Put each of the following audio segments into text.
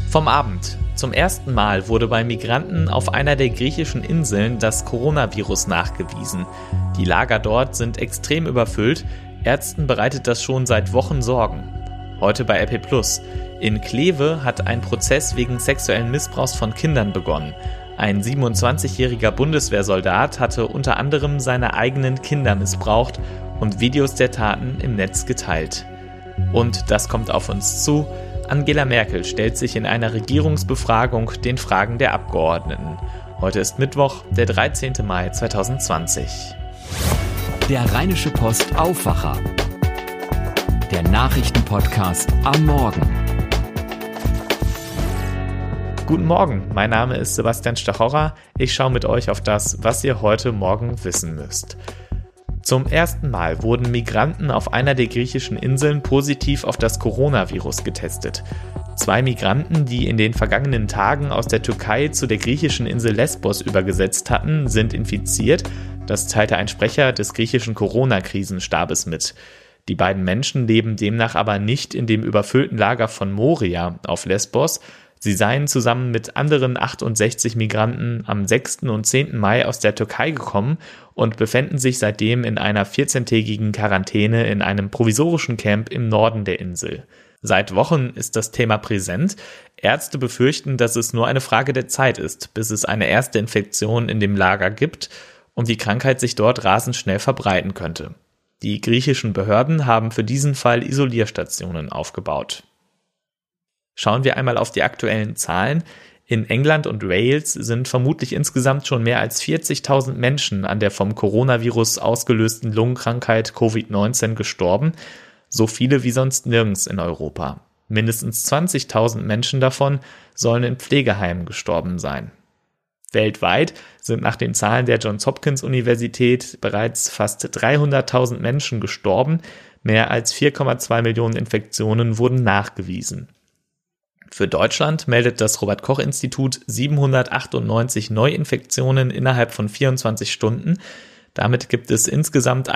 Vom Abend. Zum ersten Mal wurde bei Migranten auf einer der griechischen Inseln das Coronavirus nachgewiesen. Die Lager dort sind extrem überfüllt. Ärzten bereitet das schon seit Wochen Sorgen. Heute bei RP+. In Kleve hat ein Prozess wegen sexuellen Missbrauchs von Kindern begonnen. Ein 27-jähriger Bundeswehrsoldat hatte unter anderem seine eigenen Kinder missbraucht und Videos der Taten im Netz geteilt. Und das kommt auf uns zu. Angela Merkel stellt sich in einer Regierungsbefragung den Fragen der Abgeordneten. Heute ist Mittwoch, der 13. Mai 2020. Der Rheinische Post Aufwacher. Der Nachrichtenpodcast am Morgen. Guten Morgen, mein Name ist Sebastian Stachorra. Ich schaue mit euch auf das, was ihr heute Morgen wissen müsst. Zum ersten Mal wurden Migranten auf einer der griechischen Inseln positiv auf das Coronavirus getestet. 2 Migranten, die in den vergangenen Tagen aus der Türkei zu der griechischen Insel Lesbos übergesetzt hatten, sind infiziert. Das teilte ein Sprecher des griechischen Corona-Krisenstabes mit. Die beiden Menschen leben demnach aber nicht in dem überfüllten Lager von Moria auf Lesbos. Sie seien zusammen mit anderen 68 Migranten am 6. und 10. Mai aus der Türkei gekommen und befänden sich seitdem in einer 14-tägigen Quarantäne in einem provisorischen Camp im Norden der Insel. Seit Wochen ist das Thema präsent. Ärzte befürchten, dass es nur eine Frage der Zeit ist, bis es eine erste Infektion in dem Lager gibt und die Krankheit sich dort rasend schnell verbreiten könnte. Die griechischen Behörden haben für diesen Fall Isolierstationen aufgebaut. Schauen wir einmal auf die aktuellen Zahlen. In England und Wales sind vermutlich insgesamt schon mehr als 40.000 Menschen an der vom Coronavirus ausgelösten Lungenkrankheit Covid-19 gestorben, so viele wie sonst nirgends in Europa. Mindestens 20.000 Menschen davon sollen in Pflegeheimen gestorben sein. Weltweit sind nach den Zahlen der Johns Hopkins Universität bereits fast 300.000 Menschen gestorben, mehr als 4,2 Millionen Infektionen wurden nachgewiesen. Für Deutschland meldet das Robert-Koch-Institut 798 Neuinfektionen innerhalb von 24 Stunden. Damit gibt es insgesamt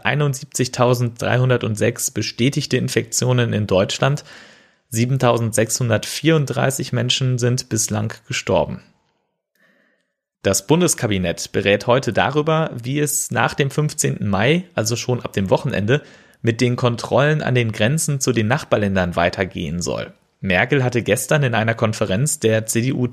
171.306 bestätigte Infektionen in Deutschland. 7.634 Menschen sind bislang gestorben. Das Bundeskabinett berät heute darüber, wie es nach dem 15. Mai, also schon ab dem Wochenende, mit den Kontrollen an den Grenzen zu den Nachbarländern weitergehen soll. Merkel hatte gestern in einer Konferenz der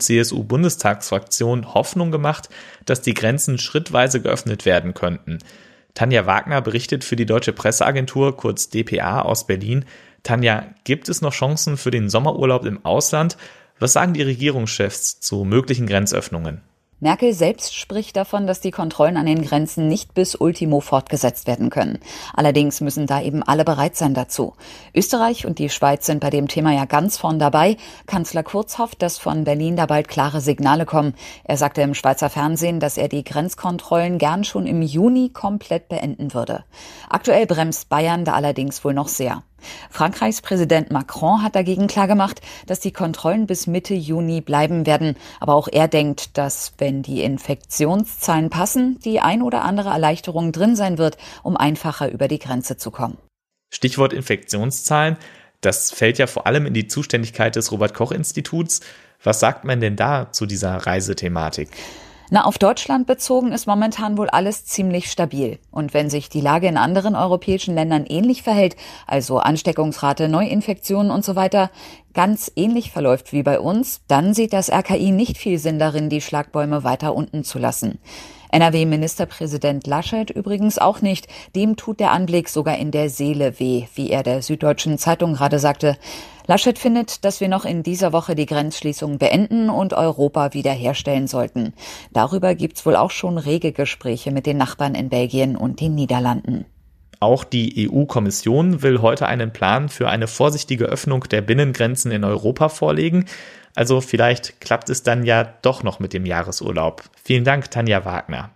CDU-CSU-Bundestagsfraktion Hoffnung gemacht, dass die Grenzen schrittweise geöffnet werden könnten. Tanja Wagner berichtet für die Deutsche Presseagentur, kurz dpa, aus Berlin. Tanja, gibt es noch Chancen für den Sommerurlaub im Ausland? Was sagen die Regierungschefs zu möglichen Grenzöffnungen? Merkel selbst spricht davon, dass die Kontrollen an den Grenzen nicht bis Ultimo fortgesetzt werden können. Allerdings müssen da eben alle bereit sein dazu. Österreich und die Schweiz sind bei dem Thema ja ganz vorn dabei. Kanzler Kurz hofft, dass von Berlin da bald klare Signale kommen. Er sagte im Schweizer Fernsehen, dass er die Grenzkontrollen gern schon im Juni komplett beenden würde. Aktuell bremst Bayern da allerdings wohl noch sehr. Frankreichs Präsident Macron hat dagegen klargemacht, dass die Kontrollen bis Mitte Juni bleiben werden. Aber auch er denkt, dass, wenn die Infektionszahlen passen, die ein oder andere Erleichterung drin sein wird, um einfacher über die Grenze zu kommen. Stichwort Infektionszahlen. Das fällt ja vor allem in die Zuständigkeit des Robert-Koch-Instituts. Was sagt man denn da zu dieser Reisethematik? Auf Deutschland bezogen ist momentan wohl alles ziemlich stabil. Und wenn sich die Lage in anderen europäischen Ländern ähnlich verhält, also Ansteckungsrate, Neuinfektionen und so weiter, ganz ähnlich verläuft wie bei uns, dann sieht das RKI nicht viel Sinn darin, die Schlagbäume weiter unten zu lassen. NRW-Ministerpräsident Laschet übrigens auch nicht. Dem tut der Anblick sogar in der Seele weh, wie er der Süddeutschen Zeitung gerade sagte. Laschet findet, dass wir noch in dieser Woche die Grenzschließung beenden und Europa wiederherstellen sollten. Darüber gibt's wohl auch schon rege Gespräche mit den Nachbarn in Belgien und den Niederlanden. Auch die EU-Kommission will heute einen Plan für eine vorsichtige Öffnung der Binnengrenzen in Europa vorlegen. Also vielleicht klappt es dann ja doch noch mit dem Jahresurlaub. Vielen Dank, Tanja Wagner.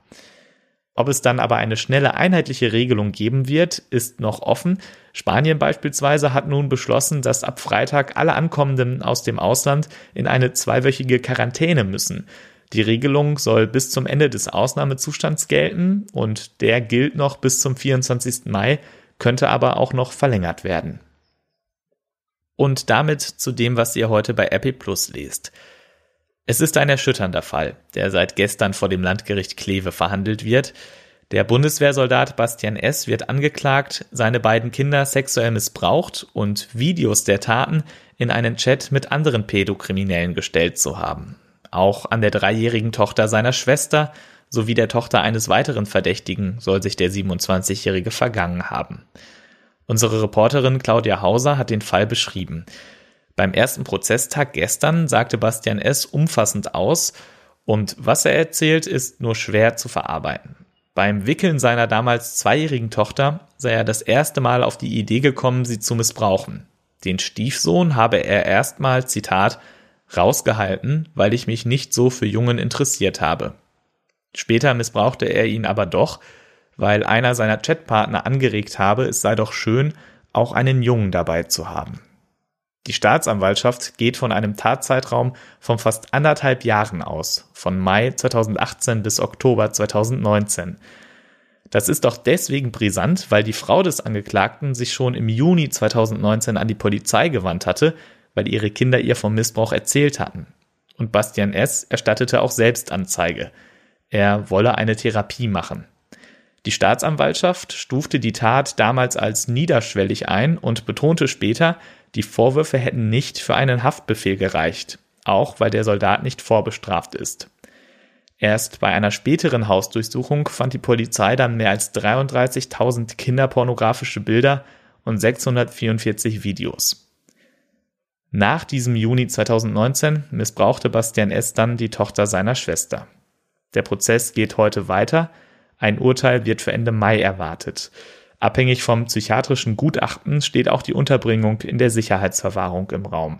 Ob es dann aber eine schnelle einheitliche Regelung geben wird, ist noch offen. Spanien beispielsweise hat nun beschlossen, dass ab Freitag alle Ankommenden aus dem Ausland in eine 2-wöchige Quarantäne müssen. Die Regelung soll bis zum Ende des Ausnahmezustands gelten und der gilt noch bis zum 24. Mai, könnte aber auch noch verlängert werden. Und damit zu dem, was ihr heute bei RP Plus lest. Es ist ein erschütternder Fall, der seit gestern vor dem Landgericht Kleve verhandelt wird. Der Bundeswehrsoldat Bastian S. wird angeklagt, seine beiden Kinder sexuell missbraucht und Videos der Taten in einen Chat mit anderen Pädokriminellen gestellt zu haben. Auch an der 3-jährigen Tochter seiner Schwester sowie der Tochter eines weiteren Verdächtigen soll sich der 27-Jährige vergangen haben. Unsere Reporterin Claudia Hauser hat den Fall beschrieben. Beim ersten Prozesstag gestern sagte Bastian S. umfassend aus und was er erzählt, ist nur schwer zu verarbeiten. Beim Wickeln seiner damals 2-jährigen Tochter sei er das erste Mal auf die Idee gekommen, sie zu missbrauchen. Den Stiefsohn habe er erstmal, Zitat, rausgehalten, weil ich mich nicht so für Jungen interessiert habe. Später missbrauchte er ihn aber doch, weil einer seiner Chatpartner angeregt habe, es sei doch schön, auch einen Jungen dabei zu haben. Die Staatsanwaltschaft geht von einem Tatzeitraum von fast 1,5 Jahren aus, von Mai 2018 bis Oktober 2019. Das ist doch deswegen brisant, weil die Frau des Angeklagten sich schon im Juni 2019 an die Polizei gewandt hatte, weil ihre Kinder ihr vom Missbrauch erzählt hatten. Und Bastian S. erstattete auch selbst Anzeige. Er wolle eine Therapie machen. Die Staatsanwaltschaft stufte die Tat damals als niederschwellig ein und betonte später, die Vorwürfe hätten nicht für einen Haftbefehl gereicht, auch weil der Soldat nicht vorbestraft ist. Erst bei einer späteren Hausdurchsuchung fand die Polizei dann mehr als 33.000 kinderpornografische Bilder und 644 Videos. Nach diesem Juni 2019 missbrauchte Bastian S. dann die Tochter seiner Schwester. Der Prozess geht heute weiter. Ein Urteil wird für Ende Mai erwartet. Abhängig vom psychiatrischen Gutachten steht auch die Unterbringung in der Sicherheitsverwahrung im Raum.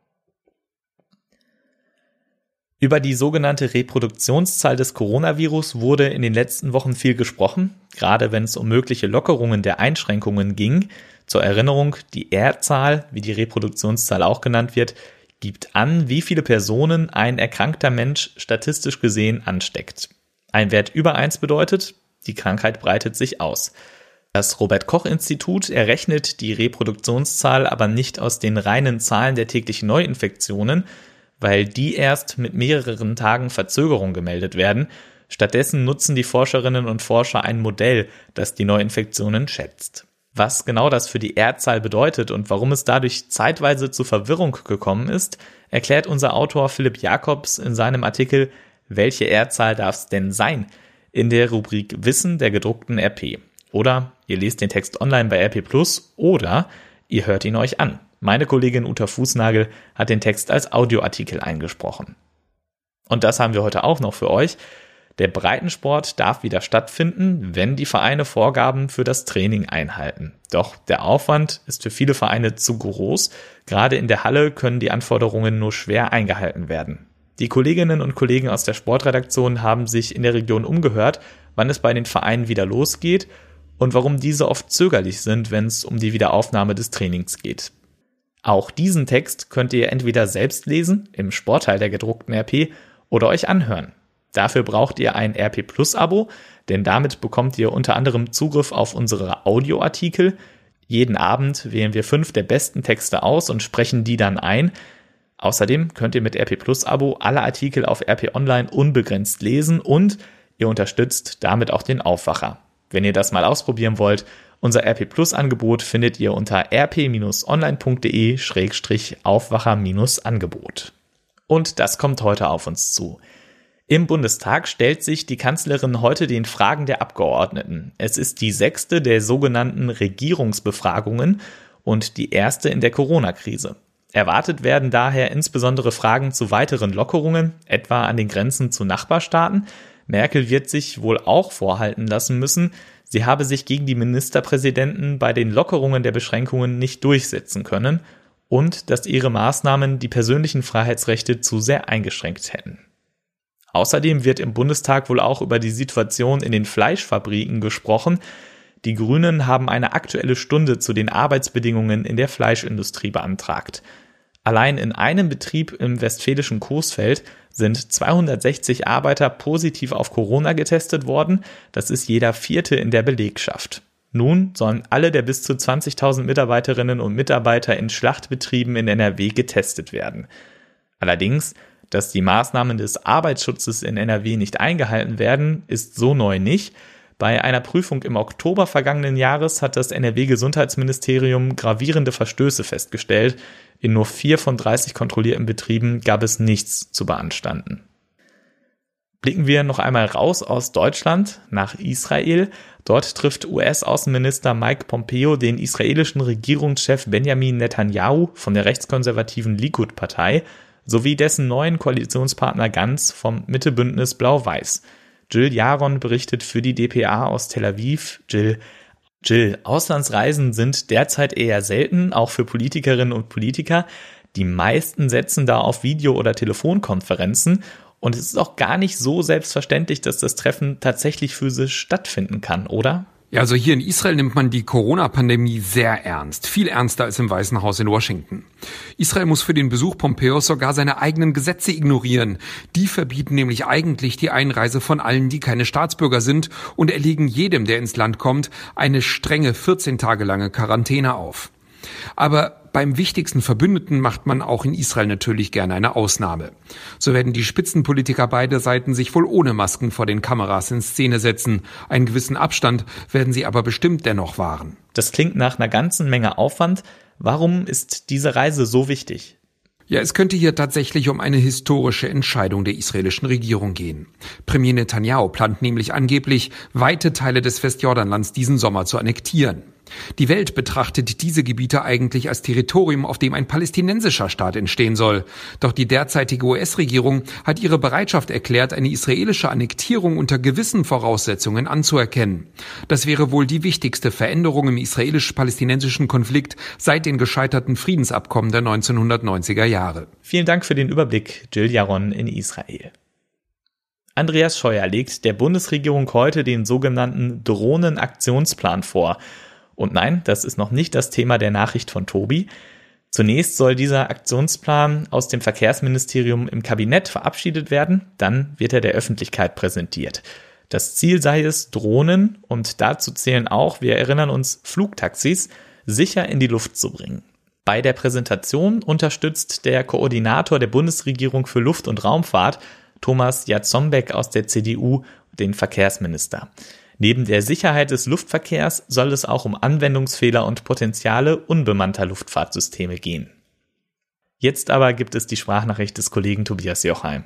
Über die sogenannte Reproduktionszahl des Coronavirus wurde in den letzten Wochen viel gesprochen, gerade wenn es um mögliche Lockerungen der Einschränkungen ging. Zur Erinnerung, die R-Zahl, wie die Reproduktionszahl auch genannt wird, gibt an, wie viele Personen ein erkrankter Mensch statistisch gesehen ansteckt. Ein Wert über 1 bedeutet, die Krankheit breitet sich aus. Das Robert-Koch-Institut errechnet die Reproduktionszahl aber nicht aus den reinen Zahlen der täglichen Neuinfektionen, weil die erst mit mehreren Tagen Verzögerung gemeldet werden. Stattdessen nutzen die Forscherinnen und Forscher ein Modell, das die Neuinfektionen schätzt. Was genau das für die R-Zahl bedeutet und warum es dadurch zeitweise zu Verwirrung gekommen ist, erklärt unser Autor Philipp Jacobs in seinem Artikel »Welche R-Zahl darf es denn sein?« in der Rubrik Wissen der gedruckten RP. Oder ihr lest den Text online bei RP Plus oder ihr hört ihn euch an. Meine Kollegin Uta Fußnagel hat den Text als Audioartikel eingesprochen. Und das haben wir heute auch noch für euch. Der Breitensport darf wieder stattfinden, wenn die Vereine Vorgaben für das Training einhalten. Doch der Aufwand ist für viele Vereine zu groß. Gerade in der Halle können die Anforderungen nur schwer eingehalten werden. Die Kolleginnen und Kollegen aus der Sportredaktion haben sich in der Region umgehört, wann es bei den Vereinen wieder losgeht und warum diese oft zögerlich sind, wenn es um die Wiederaufnahme des Trainings geht. Auch diesen Text könnt ihr entweder selbst lesen, im Sportteil der gedruckten RP, oder euch anhören. Dafür braucht ihr ein RP Plus Abo, denn damit bekommt ihr unter anderem Zugriff auf unsere Audioartikel. Jeden Abend wählen wir 5 der besten Texte aus und sprechen die dann ein. Außerdem könnt ihr mit RP Plus Abo alle Artikel auf RP Online unbegrenzt lesen und ihr unterstützt damit auch den Aufwacher. Wenn ihr das mal ausprobieren wollt, unser RP Plus Angebot findet ihr unter rp-online.de/Aufwacher-Angebot. Und das kommt heute auf uns zu. Im Bundestag stellt sich die Kanzlerin heute den Fragen der Abgeordneten. Es ist die 6. der sogenannten Regierungsbefragungen und die erste in der Corona-Krise. Erwartet werden daher insbesondere Fragen zu weiteren Lockerungen, etwa an den Grenzen zu Nachbarstaaten. Merkel wird sich wohl auch vorhalten lassen müssen, sie habe sich gegen die Ministerpräsidenten bei den Lockerungen der Beschränkungen nicht durchsetzen können und dass ihre Maßnahmen die persönlichen Freiheitsrechte zu sehr eingeschränkt hätten. Außerdem wird im Bundestag wohl auch über die Situation in den Fleischfabriken gesprochen. Die Grünen haben eine Aktuelle Stunde zu den Arbeitsbedingungen in der Fleischindustrie beantragt. Allein in einem Betrieb im westfälischen Coesfeld sind 260 Arbeiter positiv auf Corona getestet worden. Das ist jeder 4. in der Belegschaft. Nun sollen alle der bis zu 20.000 Mitarbeiterinnen und Mitarbeiter in Schlachtbetrieben in NRW getestet werden. Allerdings, dass die Maßnahmen des Arbeitsschutzes in NRW nicht eingehalten werden, ist so neu nicht. Bei einer Prüfung im Oktober vergangenen Jahres hat das NRW-Gesundheitsministerium gravierende Verstöße festgestellt. In nur 4 von 30 kontrollierten Betrieben gab es nichts zu beanstanden. Blicken wir noch einmal raus aus Deutschland nach Israel. Dort trifft US-Außenminister Mike Pompeo den israelischen Regierungschef Benjamin Netanyahu von der rechtskonservativen Likud-Partei sowie dessen neuen Koalitionspartner Gantz vom Mitte-Bündnis Blau-Weiß. Jill Jaron berichtet für die dpa aus Tel Aviv. Jill, Auslandsreisen sind derzeit eher selten, auch für Politikerinnen und Politiker. Die meisten setzen da auf Video- oder Telefonkonferenzen. Und es ist auch gar nicht so selbstverständlich, dass das Treffen tatsächlich physisch stattfinden kann, oder? Ja, also hier in Israel nimmt man die Corona-Pandemie sehr ernst. Viel ernster als im Weißen Haus in Washington. Israel muss für den Besuch Pompeos sogar seine eigenen Gesetze ignorieren. Die verbieten nämlich eigentlich die Einreise von allen, die keine Staatsbürger sind, und erlegen jedem, der ins Land kommt, eine strenge 14 Tage lange Quarantäne auf. Aber beim wichtigsten Verbündeten macht man auch in Israel natürlich gerne eine Ausnahme. So werden die Spitzenpolitiker beider Seiten sich wohl ohne Masken vor den Kameras in Szene setzen. Einen gewissen Abstand werden sie aber bestimmt dennoch wahren. Das klingt nach einer ganzen Menge Aufwand. Warum ist diese Reise so wichtig? Ja, es könnte hier tatsächlich um eine historische Entscheidung der israelischen Regierung gehen. Premier Netanyahu plant nämlich angeblich, weite Teile des Westjordanlands diesen Sommer zu annektieren. Die Welt betrachtet diese Gebiete eigentlich als Territorium, auf dem ein palästinensischer Staat entstehen soll. Doch die derzeitige US-Regierung hat ihre Bereitschaft erklärt, eine israelische Annektierung unter gewissen Voraussetzungen anzuerkennen. Das wäre wohl die wichtigste Veränderung im israelisch-palästinensischen Konflikt seit den gescheiterten Friedensabkommen der 1990er Jahre. Vielen Dank für den Überblick, Jill Jaron in Israel. Andreas Scheuer legt der Bundesregierung heute den sogenannten Drohnenaktionsplan vor. Und nein, das ist noch nicht das Thema der Nachricht von Tobi. Zunächst soll dieser Aktionsplan aus dem Verkehrsministerium im Kabinett verabschiedet werden, dann wird er der Öffentlichkeit präsentiert. Das Ziel sei es, Drohnen, und dazu zählen auch, wir erinnern uns, Flugtaxis, sicher in die Luft zu bringen. Bei der Präsentation unterstützt der Koordinator der Bundesregierung für Luft- und Raumfahrt, Thomas Jatzombeck aus der CDU, den Verkehrsminister. Neben der Sicherheit des Luftverkehrs soll es auch um Anwendungsfehler und Potenziale unbemannter Luftfahrtsysteme gehen. Jetzt aber gibt es die Sprachnachricht des Kollegen Tobias Jochheim.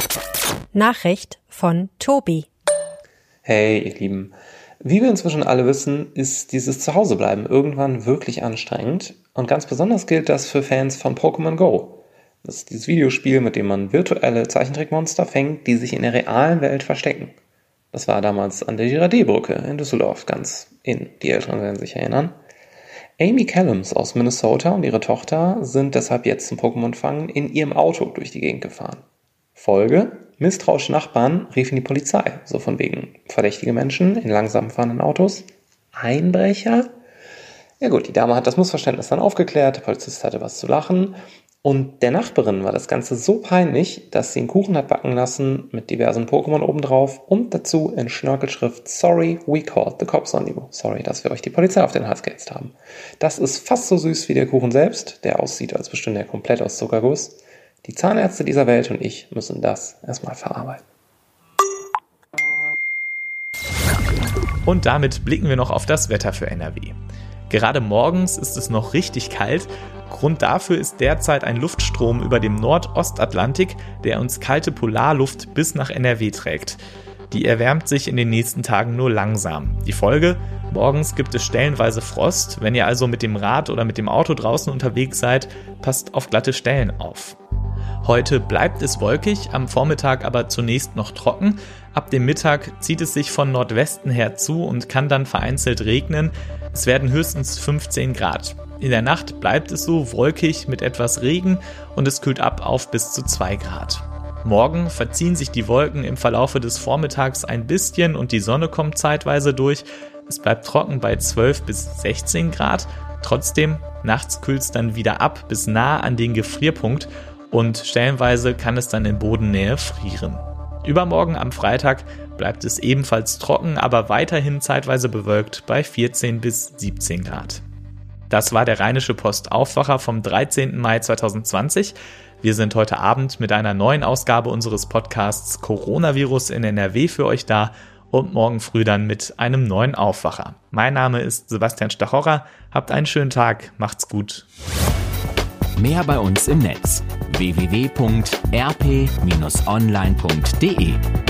Nachricht von Tobi. Hey, ihr Lieben. Wie wir inzwischen alle wissen, ist dieses Zuhausebleiben irgendwann wirklich anstrengend. Und ganz besonders gilt das für Fans von Pokémon Go. Das ist dieses Videospiel, mit dem man virtuelle Zeichentrickmonster fängt, die sich in der realen Welt verstecken. Das war damals an der Girardet-Brücke in Düsseldorf ganz in. Die Älteren werden sich erinnern. Amy Callums aus Minnesota und ihre Tochter sind deshalb jetzt zum Pokémon-Fangen in ihrem Auto durch die Gegend gefahren. Folge: misstrauische Nachbarn riefen die Polizei, so von wegen verdächtige Menschen in langsam fahrenden Autos. Einbrecher? Ja gut, die Dame hat das Missverständnis dann aufgeklärt, der Polizist hatte was zu lachen. Und der Nachbarin war das Ganze so peinlich, dass sie einen Kuchen hat backen lassen mit diversen Pokémon obendrauf und dazu in Schnörkelschrift: Sorry, we called the cops on you. Sorry, dass wir euch die Polizei auf den Hals gehetzt haben. Das ist fast so süß wie der Kuchen selbst, der aussieht, als bestünde er komplett aus Zuckerguss. Die Zahnärzte dieser Welt und ich müssen das erstmal verarbeiten. Und damit blicken wir noch auf das Wetter für NRW. Gerade morgens ist es noch richtig kalt. Grund dafür ist derzeit ein Luftstrom über dem Nordostatlantik, der uns kalte Polarluft bis nach NRW trägt. Die erwärmt sich in den nächsten Tagen nur langsam. Die Folge: morgens gibt es stellenweise Frost. Wenn ihr also mit dem Rad oder mit dem Auto draußen unterwegs seid, passt auf glatte Stellen auf. Heute bleibt es wolkig, am Vormittag aber zunächst noch trocken. Ab dem Mittag zieht es sich von Nordwesten her zu und kann dann vereinzelt regnen. Es werden höchstens 15 Grad. In der Nacht bleibt es so wolkig mit etwas Regen und es kühlt ab auf bis zu 2 Grad. Morgen verziehen sich die Wolken im Verlaufe des Vormittags ein bisschen und die Sonne kommt zeitweise durch. Es bleibt trocken bei 12 bis 16 Grad. Trotzdem, nachts kühlt es dann wieder ab bis nah an den Gefrierpunkt und stellenweise kann es dann in Bodennähe frieren. Übermorgen am Freitag bleibt es ebenfalls trocken, aber weiterhin zeitweise bewölkt bei 14 bis 17 Grad. Das war der Rheinische Post Aufwacher vom 13. Mai 2020. Wir sind heute Abend mit einer neuen Ausgabe unseres Podcasts Coronavirus in NRW für euch da und morgen früh dann mit einem neuen Aufwacher. Mein Name ist Sebastian Stachorra. Habt einen schönen Tag. Macht's gut. Mehr bei uns im Netz: www.rp-online.de